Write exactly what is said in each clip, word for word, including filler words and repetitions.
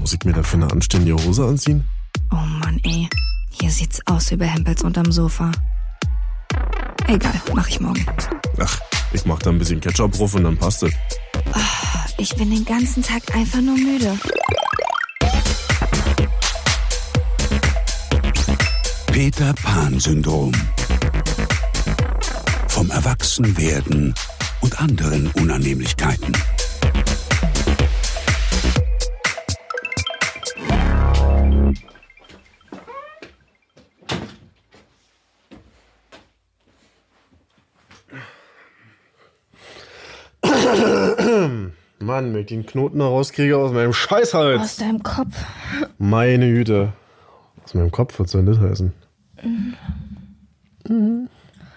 Muss ich mir dafür eine anständige Hose anziehen? Oh Mann, ey. Hier sieht's aus wie bei Hempels unterm Sofa. Egal, mach ich morgen. Ach, ich mach da ein bisschen Ketchup drauf und dann passt es. Oh, ich bin den ganzen Tag einfach nur müde. Peter-Pan-Syndrom. Vom Erwachsenwerden und anderen Unannehmlichkeiten. Mann, wenn ich den Knoten da rauskriege aus meinem Scheißhals. Aus deinem Kopf. Meine Güte. Aus meinem Kopf, was soll das heißen? Mhm. Mhm.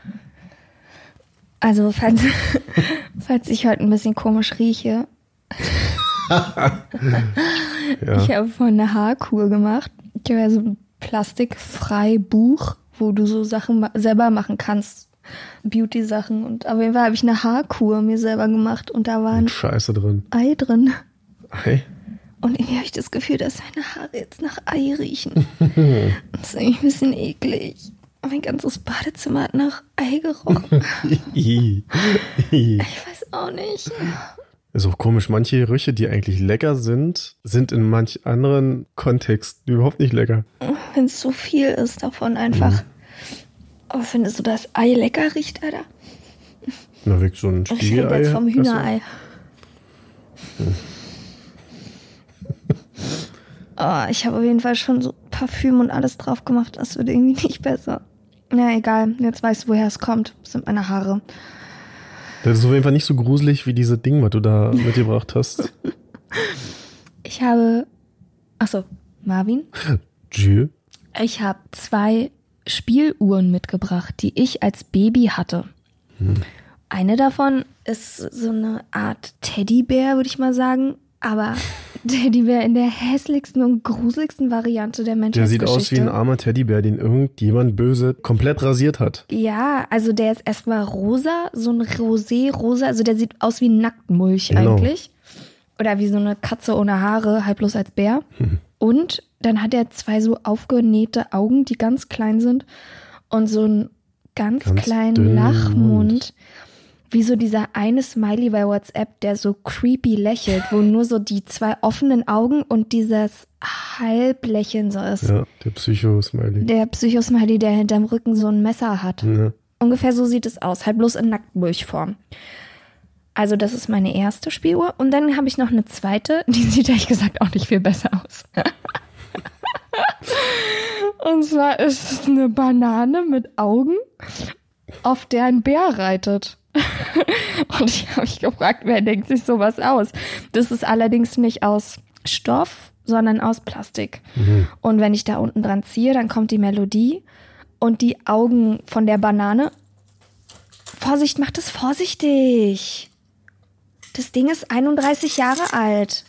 Also, falls, falls ich heute ein bisschen komisch rieche. Ja. Ich habe vorhin eine Haarkur gemacht. Ich habe ja so ein plastikfrei Buch, wo du so Sachen ma- selber machen kannst. Beauty-Sachen. Und auf jeden Fall habe ich eine Haarkur mir selber gemacht und da war ein Scheiße drin. Ei drin. Ei? Und irgendwie habe ich das Gefühl, dass meine Haare jetzt nach Ei riechen. Das ist eigentlich ein bisschen eklig. Mein ganzes Badezimmer hat nach Ei gerochen. Ich weiß auch nicht. Ist auch komisch, manche Gerüche, die eigentlich lecker sind, sind in manch anderen Kontexten überhaupt nicht lecker. Wenn es so viel ist davon einfach. Mhm. Aber findest du, dass Ei lecker riecht, Alter? Na, weg so ein Spiegelei. Ich rede jetzt vom Hühnerei. Hm. Oh, ich habe auf jeden Fall schon so Parfüm und alles drauf gemacht. Das wird irgendwie nicht besser. Na, egal. Jetzt weißt du, woher es kommt. Das sind meine Haare. Das ist auf jeden Fall nicht so gruselig wie diese Ding, was du da mitgebracht hast. Ich habe... Achso, Marvin? Jules? Ich habe zwei Spieluhren mitgebracht, die ich als Baby hatte. Hm. Eine davon ist so eine Art Teddybär, würde ich mal sagen. Aber Teddybär in der hässlichsten und gruseligsten Variante der Menschheitsgeschichte. Der sieht aus wie ein armer Teddybär, den irgendjemand böse komplett rasiert hat. Ja, also der ist erstmal rosa, so ein Rosé-rosa. Also der sieht aus wie Nacktmulch genau. eigentlich. Oder wie so eine Katze ohne Haare, halblos als Bär. Hm. Und dann hat er zwei so aufgenähte Augen, die ganz klein sind. Und so einen ganz, ganz kleinen Lachmund. Mund. Wie so dieser eine Smiley bei WhatsApp, der so creepy lächelt, wo nur so die zwei offenen Augen und dieses Halblächeln so ist. Ja, der Psycho-Smiley. Der Psycho-Smiley, der hinterm Rücken so ein Messer hat. Ja. Ungefähr so sieht es aus, halt bloß in Nacktmulchform. Also das ist meine erste Spieluhr. Und dann habe ich noch eine zweite, die sieht ehrlich gesagt auch nicht viel besser aus. Und zwar ist es eine Banane mit Augen, auf der ein Bär reitet. Und ich habe mich gefragt, wer denkt sich sowas aus? Das ist allerdings nicht aus Stoff, sondern aus Plastik. Mhm. Und wenn ich da unten dran ziehe, dann kommt die Melodie und die Augen von der Banane. Vorsicht, macht es vorsichtig. Das Ding ist einunddreißig Jahre alt.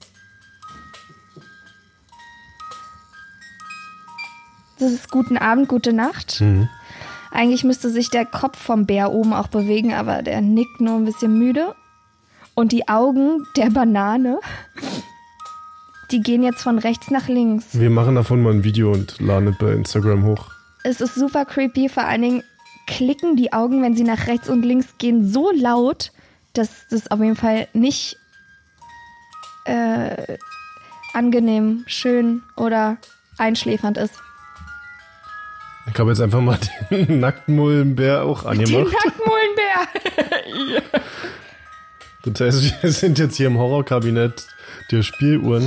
Das ist guten Abend, gute Nacht. Mhm. Eigentlich müsste sich der Kopf vom Bär oben auch bewegen, aber der nickt nur ein bisschen müde. Und die Augen der Banane, die gehen jetzt von rechts nach links. Wir machen davon mal ein Video und laden es bei Instagram hoch. Es ist super creepy, vor allen Dingen klicken die Augen, wenn sie nach rechts und links gehen, so laut, dass das auf jeden Fall nicht äh, angenehm, schön oder einschläfernd ist. Ich habe jetzt einfach mal den Nacktmullenbär auch angemacht. Den Nacktmullenbär! Ja. Das heißt, wir sind jetzt hier im Horrorkabinett der Spieluhren.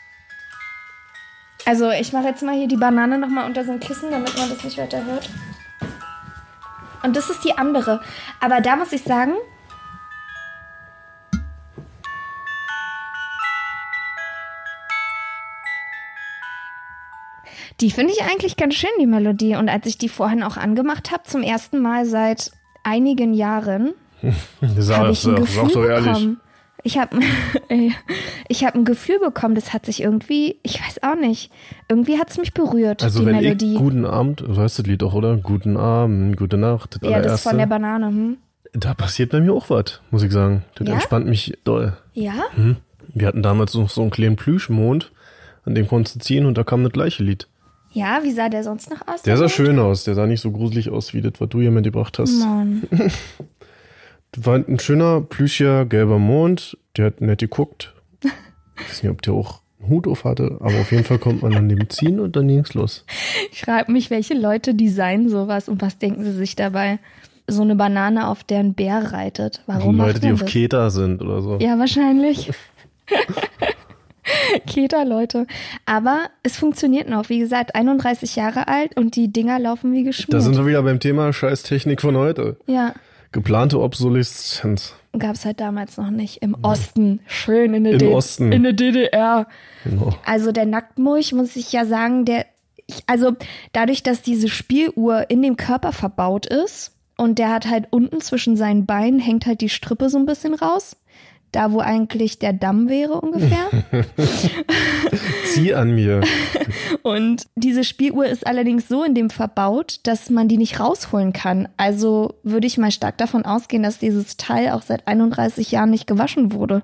Also ich mache jetzt mal hier die Banane nochmal unter so ein Kissen, damit man das nicht weiter hört. Und das ist die andere. Aber da muss ich sagen... Die finde ich eigentlich ganz schön, die Melodie. Und als ich die vorhin auch angemacht habe, zum ersten Mal seit einigen Jahren, habe ich ein Gefühl so bekommen. Ich habe ich hab ein Gefühl bekommen, das hat sich irgendwie, ich weiß auch nicht, irgendwie hat es mich berührt, also die wenn Melodie. Ich Guten Abend, du weißt das Lied auch, oder? Guten Abend, gute Nacht. Das ja, das ist von der Banane. Hm? Da passiert bei mir auch was, muss ich sagen. Das ja? entspannt mich doll. Ja? Hm? Wir hatten damals noch so einen kleinen Plüschmond. an dem konntest du ziehen und da kam das gleiche Lied. Ja, wie sah der sonst noch aus? Der, der sah Mond? schön aus, der sah nicht so gruselig aus, wie das, was du hier mitgebracht hast. Mann. Das war ein schöner, plüschiger, gelber Mond, der hat nett geguckt. Ich weiß nicht, ob der auch einen Hut auf hatte, aber auf jeden Fall kommt man an dem ziehen und dann ging's los. Ich frage mich, welche Leute designen sowas und was denken sie sich dabei? So eine Banane, auf der ein Bär reitet. Warum die Leute, macht die man auf das? Keta sind oder so. Ja, wahrscheinlich. Keta-Leute. Aber es funktioniert noch. Wie gesagt, einunddreißig Jahre alt und die Dinger laufen wie geschmiert. Da sind wir wieder beim Thema Scheißtechnik von heute. Ja. Geplante Obsoleszenz. Gab es halt damals noch nicht. Im Osten. Schön in der, Im D- Osten. in der D D R. Genau. Also der Nacktmulch, muss ich ja sagen, der, ich, also dadurch, dass diese Spieluhr in dem Körper verbaut ist und der hat halt unten zwischen seinen Beinen hängt halt die Strippe so ein bisschen raus. Da, wo eigentlich der Damm wäre ungefähr. Zieh an mir. Und diese Spieluhr ist allerdings so in dem verbaut, dass man die nicht rausholen kann. Also würde ich mal stark davon ausgehen, dass dieses Teil auch seit einunddreißig Jahren nicht gewaschen wurde.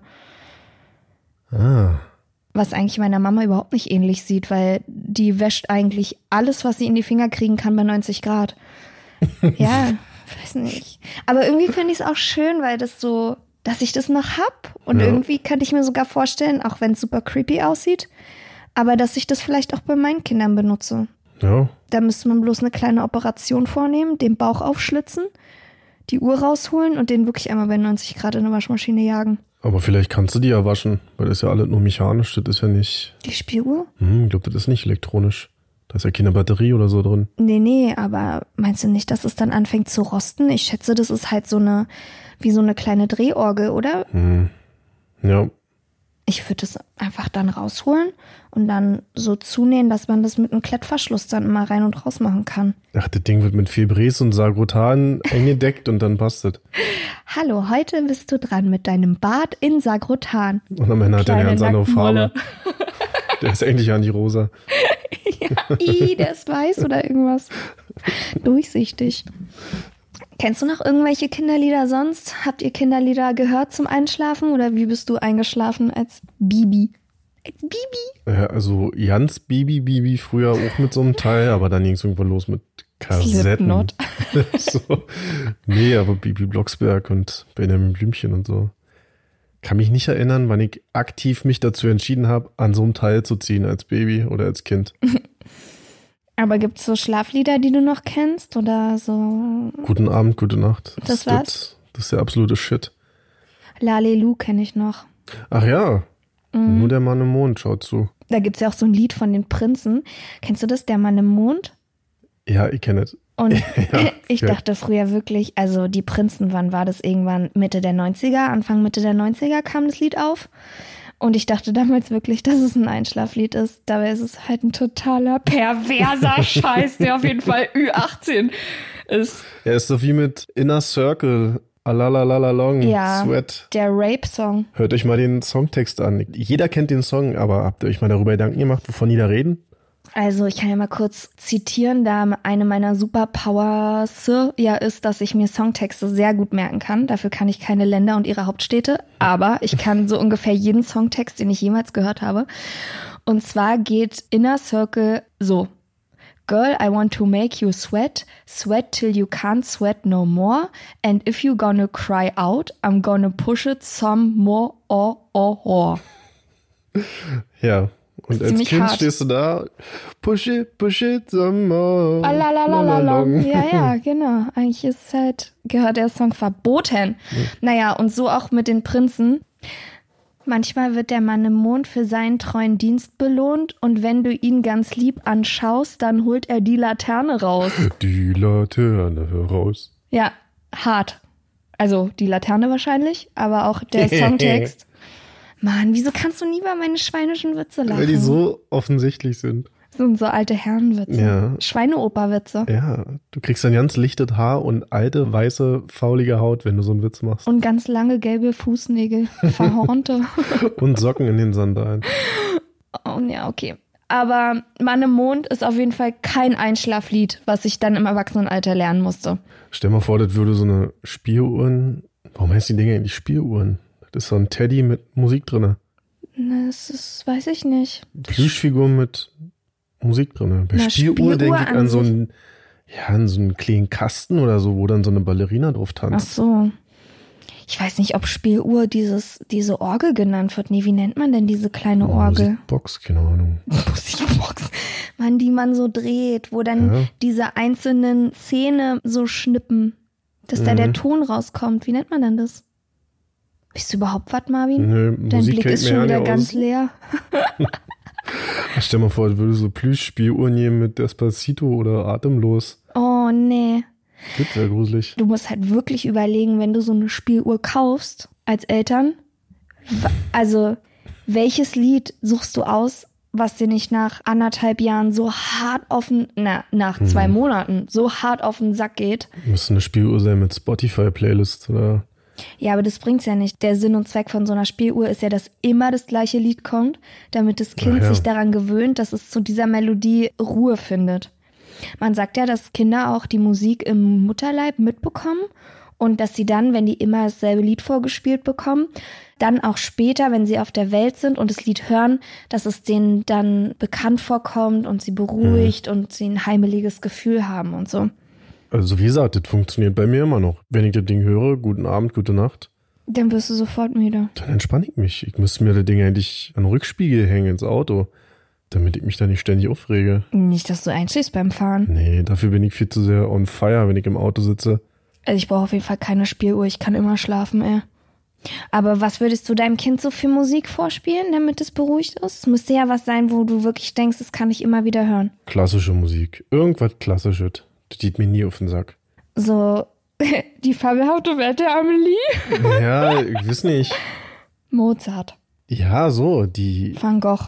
Ah. Was eigentlich meiner Mama überhaupt nicht ähnlich sieht, weil die wäscht eigentlich alles, was sie in die Finger kriegen kann, bei neunzig Grad. Ja, weiß nicht. Aber irgendwie finde ich es auch schön, weil das so, dass ich das noch hab. Und Ja. irgendwie könnte ich mir sogar vorstellen, auch wenn es super creepy aussieht, aber dass ich das vielleicht auch bei meinen Kindern benutze. Ja. Da müsste man bloß eine kleine Operation vornehmen, den Bauch aufschlitzen, die Uhr rausholen und den wirklich einmal bei neunzig Grad in eine Waschmaschine jagen. Aber vielleicht kannst du die ja waschen, weil das ist ja alles nur mechanisch, das ist ja nicht, Die Spieluhr? hm, ich glaube, das ist nicht elektronisch. Da ist ja keine Batterie oder so drin. Nee, nee, aber meinst du nicht, dass es dann anfängt zu rosten? Ich schätze, das ist halt so eine, wie so eine kleine Drehorgel, oder? Hm. Ja, Ich würde es einfach dann rausholen und dann so zunähen, dass man das mit einem Klettverschluss dann immer rein und raus machen kann. ach, das Ding wird mit Fibres und Sagrotan eingedeckt und dann passt das. Hallo, heute bist du dran mit deinem Bad in Sagrotan. Und am Ende hat er eine Kleine ganz andere Nacktmolle. Farbe. Der ist eigentlich ja nicht rosa. Ja, i, der ist weiß oder irgendwas. Durchsichtig. Kennst du noch irgendwelche Kinderlieder sonst? Habt ihr Kinderlieder gehört zum Einschlafen oder wie bist du eingeschlafen als Bibi? Als Bibi? Ja, also Jans Bibi Bibi früher auch mit so einem Teil, aber dann ging es irgendwann los mit Kassetten. Slipknot. so. Nee, aber Bibi Blocksberg und Benjamin Blümchen und so. Kann mich nicht erinnern, wann ich aktiv mich dazu entschieden habe, an so einem Teil zu ziehen als Baby oder als Kind. Aber gibt es so Schlaflieder, die du noch kennst oder so? Guten Abend, gute Nacht. Das war's? Das, das ist der absolute Shit. Lalelu kenne ich noch. Ach ja, Mhm. nur der Mann im Mond schaut zu. Da gibt es ja auch so ein Lied von den Prinzen. Kennst du das, Der Mann im Mond? Ja, ich kenne es. Und Ja, ich ja. dachte früher wirklich, also die Prinzen, wann war das irgendwann? Mitte der neunziger, Anfang Mitte der neunziger kam das Lied auf. Und ich dachte damals wirklich, dass es ein Einschlaflied ist. Dabei ist es halt ein totaler perverser Scheiß, der auf jeden Fall Ü achtzehn ist. Er ist so wie mit Inner Circle, Alalalalong, Ja. Sweat. Der Rape-Song. Hört euch mal den Songtext an. Jeder kennt den Song, aber habt ihr euch mal darüber Gedanken gemacht, wovon die da reden? Also ich kann ja mal kurz zitieren, da eine meiner Superpowers ja ist, dass ich mir Songtexte sehr gut merken kann. Dafür kann ich keine Länder und ihre Hauptstädte, aber ich kann so ungefähr jeden Songtext, den ich jemals gehört habe. Und zwar geht Inner Circle so. Girl, I want to make you sweat, sweat till you can't sweat no more. And if you gonna cry out, I'm gonna push it some more, oh, oh, oh. Ja. Und Ist als ziemlich Kind hart. stehst du da, push it, push it, some more. Alalalalong. Ja, ja, genau. Eigentlich ist es halt, gehört der Song verboten. Naja, und so auch mit den Prinzen. Manchmal wird der Mann im Mond für seinen treuen Dienst belohnt und wenn du ihn ganz lieb anschaust, dann holt er die Laterne raus. Die Laterne heraus. Ja, hart. Also die Laterne wahrscheinlich, aber auch der Songtext. Mann, wieso kannst du nie über meine schweinischen Witze lachen? Weil die so offensichtlich sind. Das sind so alte Herrenwitze. Ja. Schweineoperwitze. Ja, du kriegst dann ganz lichtes Haar und alte, weiße, faulige Haut, wenn du so einen Witz machst. Und ganz lange gelbe Fußnägel. Verhornte. Und Socken in den Sandalen. Oh, ja, okay. Aber Mann im Mond ist auf jeden Fall kein Einschlaflied, was ich dann im Erwachsenenalter lernen musste. Stell mal vor, das würde so eine Spieluhren. Warum heißt die Dinge eigentlich Spieluhren? Das ist so ein Teddy mit Musik drin. Das ist, weiß ich nicht. Plüschfigur mit Musik drin. Bei Na, Spieluhr Spieluhr denke ich an an so sich. einen, ja, an so einen kleinen Kasten oder so, wo dann so eine Ballerina drauf Ach tanzt. so. Ich weiß nicht, ob Spieluhr dieses, diese Orgel genannt wird. Nee, wie nennt man denn diese kleine Orgel? Musikbox, keine Ahnung. Musikbox. Mann, die man so dreht, wo dann Ja. diese einzelnen Zähne so schnippen, dass da Mhm. der Ton rauskommt. Wie nennt man denn das? Bist du überhaupt was, Marvin? Nö, Dein Musik Blick kennt ist mir schon ja wieder nicht ganz aus. leer. Stell mal vor, du würdest so Plüschspieluhren nehmen mit Despacito oder Atemlos. Oh, nee. Das wäre gruselig. Du musst halt wirklich überlegen, wenn du so eine Spieluhr kaufst als Eltern, wa- also welches Lied suchst du aus, was dir nicht nach anderthalb Jahren so hart auf den, na, nach zwei Mhm. Monaten so hart auf den Sack geht. Müsste eine Spieluhr sein mit Spotify-Playlist oder. Ja, aber das bringt's ja nicht. Der Sinn und Zweck von so einer Spieluhr ist ja, dass immer das gleiche Lied kommt, damit das Kind Ach ja. sich daran gewöhnt, dass es zu dieser Melodie Ruhe findet. Man sagt ja, dass Kinder auch die Musik im Mutterleib mitbekommen und dass sie dann, wenn die immer dasselbe Lied vorgespielt bekommen, dann auch später, wenn sie auf der Welt sind und das Lied hören, dass es denen dann bekannt vorkommt und sie beruhigt und sie ein heimeliges Gefühl haben und so. Also wie gesagt, das funktioniert bei mir immer noch. Wenn ich das Ding höre, guten Abend, gute Nacht, Dann wirst du sofort müde. dann entspanne ich mich. Ich müsste mir das Ding eigentlich an den Rückspiegel hängen ins Auto, damit ich mich da nicht ständig aufrege. Nicht, dass du einschläfst beim Fahren. Nee, dafür bin ich viel zu sehr on fire, wenn ich im Auto sitze. Also ich brauche auf jeden Fall keine Spieluhr, ich kann immer schlafen, ey. Aber was würdest du deinem Kind so für Musik vorspielen, damit es beruhigt ist? Es müsste ja was sein, wo du wirklich denkst, das kann ich immer wieder hören. Klassische Musik. Irgendwas Klassisches. Das geht mir nie auf den Sack. So, die fabelhafte Welt der Amelie. Ja, ich weiß nicht. Mozart, Ja, so, die, Van Gogh.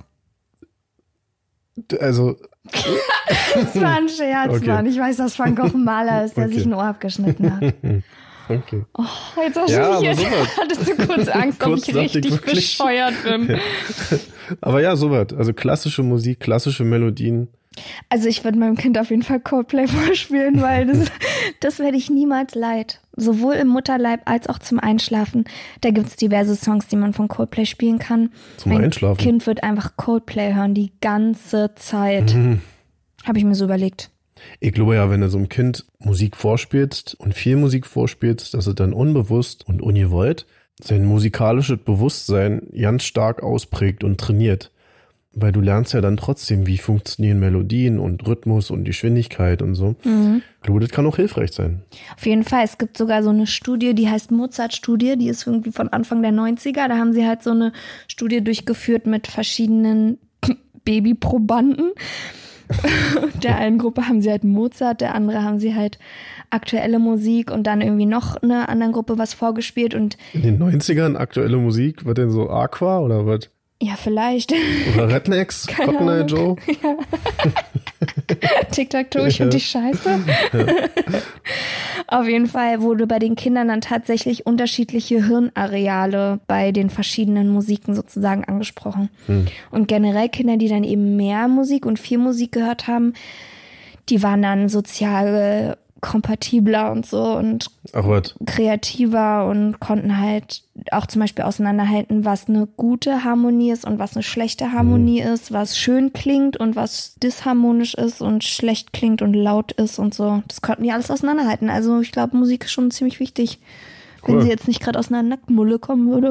also, Das war ein Scherz, Okay. Mann. Ich weiß, dass Van Gogh ein Maler ist, der Okay. sich ein Ohr abgeschnitten hat. okay. Oh, jetzt hast Ja, du mich aber jetzt, sowas. hattest du kurz Angst, ob Kurz ich dachte ich richtig wirklich. bescheuert bin. Aber ja, sowas. Also klassische Musik, klassische Melodien. Also ich würde meinem Kind auf jeden Fall Coldplay vorspielen, weil das, das werde ich niemals leid. Sowohl im Mutterleib als auch zum Einschlafen. Da gibt es diverse Songs, die man von Coldplay spielen kann. Zum mein Einschlafen? Kind wird einfach Coldplay hören die ganze Zeit. Mhm. Habe ich mir so überlegt. Ich glaube ja, wenn du so einem Kind Musik vorspielst und viel Musik vorspielst, dass es dann unbewusst und ungewollt sein musikalisches Bewusstsein ganz stark ausprägt und trainiert. Weil du lernst ja dann trotzdem, wie funktionieren Melodien und Rhythmus und Geschwindigkeit und so. Mhm. Ich glaube, das kann auch hilfreich sein. Auf jeden Fall, es gibt sogar so eine Studie, die heißt Mozart-Studie, die ist irgendwie von Anfang der neunziger. Da haben sie halt so eine Studie durchgeführt mit verschiedenen Babyprobanden. Der einen Gruppe haben sie halt Mozart, der andere haben sie halt aktuelle Musik und dann irgendwie noch einer anderen Gruppe was vorgespielt und In den neunzigern aktuelle Musik, was denn so Aqua oder was? ja, vielleicht Oder Rednecks, Keine Cotton Eye Ahnung. Joe? Tic-Tac-Toe, ich finde die scheiße. Auf jeden Fall wurde bei den Kindern dann tatsächlich unterschiedliche Hirnareale bei den verschiedenen Musiken sozusagen angesprochen. Hm. Und generell Kinder, die dann eben mehr Musik und viel Musik gehört haben, die waren dann sozial kompatibler und so und Ach was. kreativer und konnten halt auch zum Beispiel auseinanderhalten, was eine gute Harmonie ist und was eine schlechte Harmonie Mhm. ist, was schön klingt und was disharmonisch ist und schlecht klingt und laut ist und so. Das konnten die alles auseinanderhalten. Also ich glaube, Musik ist schon ziemlich wichtig, Cool. wenn sie jetzt nicht gerade aus einer Nacktmulle kommen würde.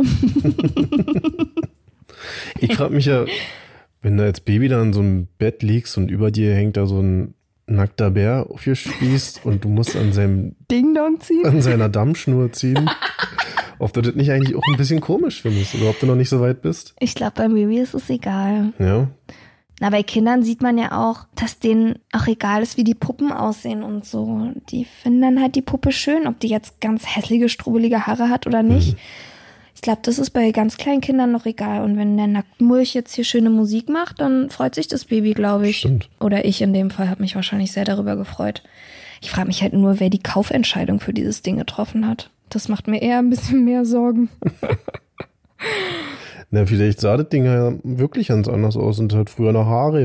Ich frage mich ja, wenn du als Baby da in so einem Bett liegst und über dir hängt da so ein nackter Bär aufgespießt und du musst an seinem Ding-Dong ziehen. an seiner Dammschnur ziehen. Ob du das nicht eigentlich auch ein bisschen komisch findest oder ob du noch nicht so weit bist. Ich glaube, beim Baby ist es egal. Ja. Na, bei Kindern sieht man ja auch, dass denen auch egal ist, wie die Puppen aussehen und so. Die finden dann halt die Puppe schön, ob die jetzt ganz hässliche, strubbelige Haare hat oder nicht. Mhm. Ich glaube, das ist bei ganz kleinen Kindern noch egal. Und wenn der Nacktmulch jetzt hier schöne Musik macht, dann freut sich das Baby, glaube ich. Stimmt. Oder ich in dem Fall habe mich wahrscheinlich sehr darüber gefreut. Ich frage mich halt nur, wer die Kaufentscheidung für dieses Ding getroffen hat. Das macht mir eher ein bisschen mehr Sorgen. Na, vielleicht sah das Ding ja wirklich ganz anders aus und hat früher noch Haare gehabt.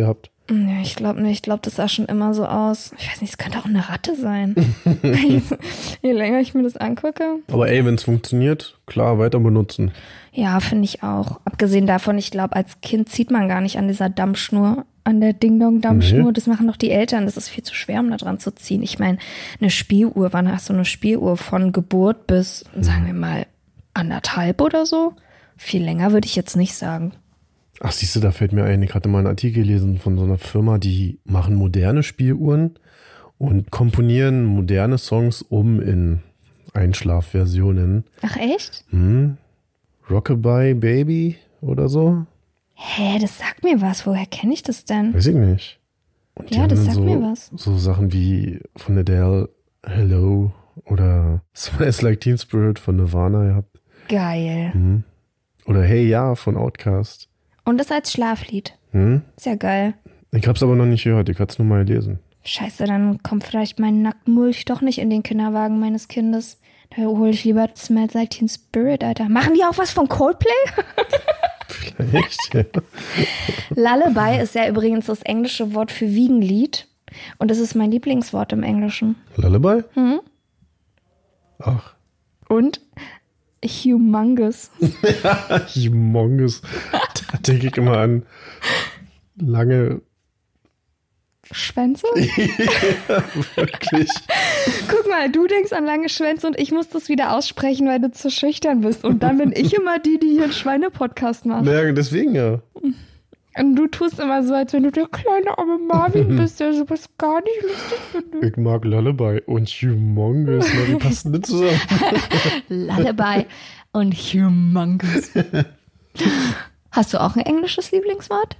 Nee, ich glaube nicht. Ich glaube, das sah schon immer so aus. Ich weiß nicht, es könnte auch eine Ratte sein. Je länger ich mir das angucke. Aber ey, wenn es funktioniert, klar, weiter benutzen. Ja, finde ich auch. Abgesehen davon, ich glaube, als Kind zieht man gar nicht an dieser Dammschnur, an der Ding-Dong-Dammschnur. Nee. Das machen doch die Eltern. Das ist viel zu schwer, um da dran zu ziehen. Ich meine, eine Spieluhr, wann hast du eine Spieluhr? Von Geburt bis, sagen wir mal, anderthalb oder so? Viel länger würde ich jetzt nicht sagen. Ach, siehst du, da fällt mir ein, ich hatte mal einen Artikel gelesen von so einer Firma, die machen moderne Spieluhren und komponieren moderne Songs um in Einschlafversionen. Ach, echt? Hm. Rockabye Baby oder so. Hä, das sagt mir was. Woher kenne ich das denn? Weiß ich nicht. Und ja, das sagt so, mir was. So Sachen wie von Adele, Hello oder Smells Like Teen Spirit von Nirvana gehabt. Geil. Hm. Oder Hey Ja von Outkast. Und das als Schlaflied. Hm? Ist ja geil. Ich hab's aber noch nicht gehört, ich hab's nur mal gelesen. Scheiße, dann kommt vielleicht mein Nacktmulch doch nicht in den Kinderwagen meines Kindes. Da hole ich lieber Smells Like Teen Spirit, Alter. Machen die auch was von Coldplay? Vielleicht, ja. Lullaby ist ja übrigens das englische Wort für Wiegenlied. Und das ist mein Lieblingswort im Englischen. Lullaby? Mhm. Ach. Und humongous. Ja, humongous. Da denke ich immer an lange Schwänze? Ja, wirklich. Guck mal, du denkst an lange Schwänze und ich muss das wieder aussprechen, weil du zu schüchtern bist. Und dann bin ich immer die, die hier einen Schweine-Podcast macht. Naja, deswegen ja. Und du tust immer so, als wenn du der kleine arme Marvin bist, der sowas gar nicht lustig findet. Ich mag Lullaby und humongous. Na, die passen nicht zusammen. Lullaby und humongous. Hast du auch ein englisches Lieblingswort?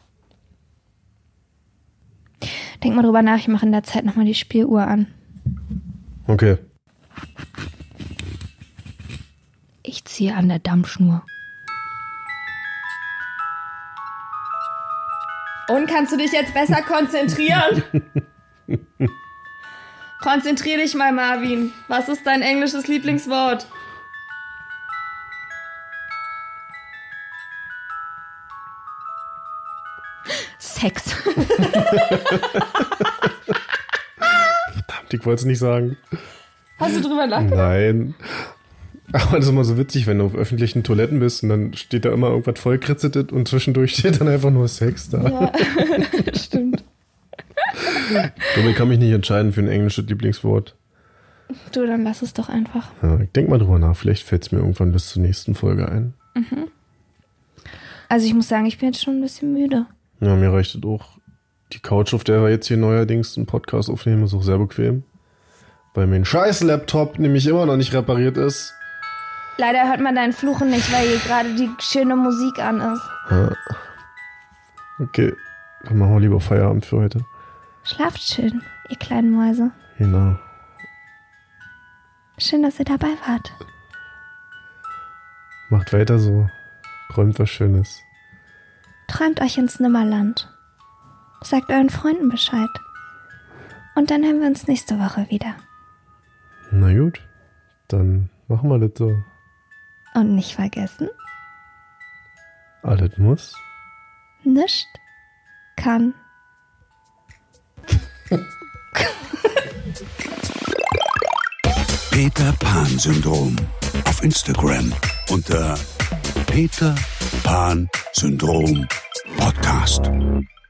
Denk mal drüber nach, ich mache in der Zeit nochmal die Spieluhr an. Okay. Ich ziehe an der Dammschnur. Und kannst du dich jetzt besser konzentrieren? Konzentrier dich mal, Marvin. Was ist dein englisches Lieblingswort? Sex. Verdammt, ich wollte es nicht sagen. Hast du drüber nachgedacht? Nein. Aber das ist immer so witzig, wenn du auf öffentlichen Toiletten bist und dann steht da immer irgendwas vollkritzetet und zwischendurch steht dann einfach nur Sex da. Ja, stimmt. Ich glaube, ich kann mich nicht entscheiden für ein englisches Lieblingswort. Du, dann lass es doch einfach. Ja, ich denke mal drüber nach. Vielleicht fällt es mir irgendwann bis zur nächsten Folge ein. Mhm. Also ich muss sagen, ich bin jetzt schon ein bisschen müde. Ja, mir reicht es auch. Die Couch, auf der wir jetzt hier neuerdings einen Podcast aufnehmen, ist auch sehr bequem. Weil mein scheiß Laptop nämlich immer noch nicht repariert ist. Leider hört man deinen Fluchen nicht, weil hier gerade die schöne Musik an ist. Ja. Okay, dann machen wir lieber Feierabend für heute. Schlaft schön, ihr kleinen Mäuse. Genau. Schön, dass ihr dabei wart. Macht weiter so. Träumt was Schönes. Träumt euch ins Nimmerland. Sagt euren Freunden Bescheid. Und dann hören wir uns nächste Woche wieder. Na gut, dann machen wir das so. Und nicht vergessen, alles muss. Nicht kann. Peter Pan-Syndrom. Auf Instagram unter Peter Pan-Syndrom Podcast.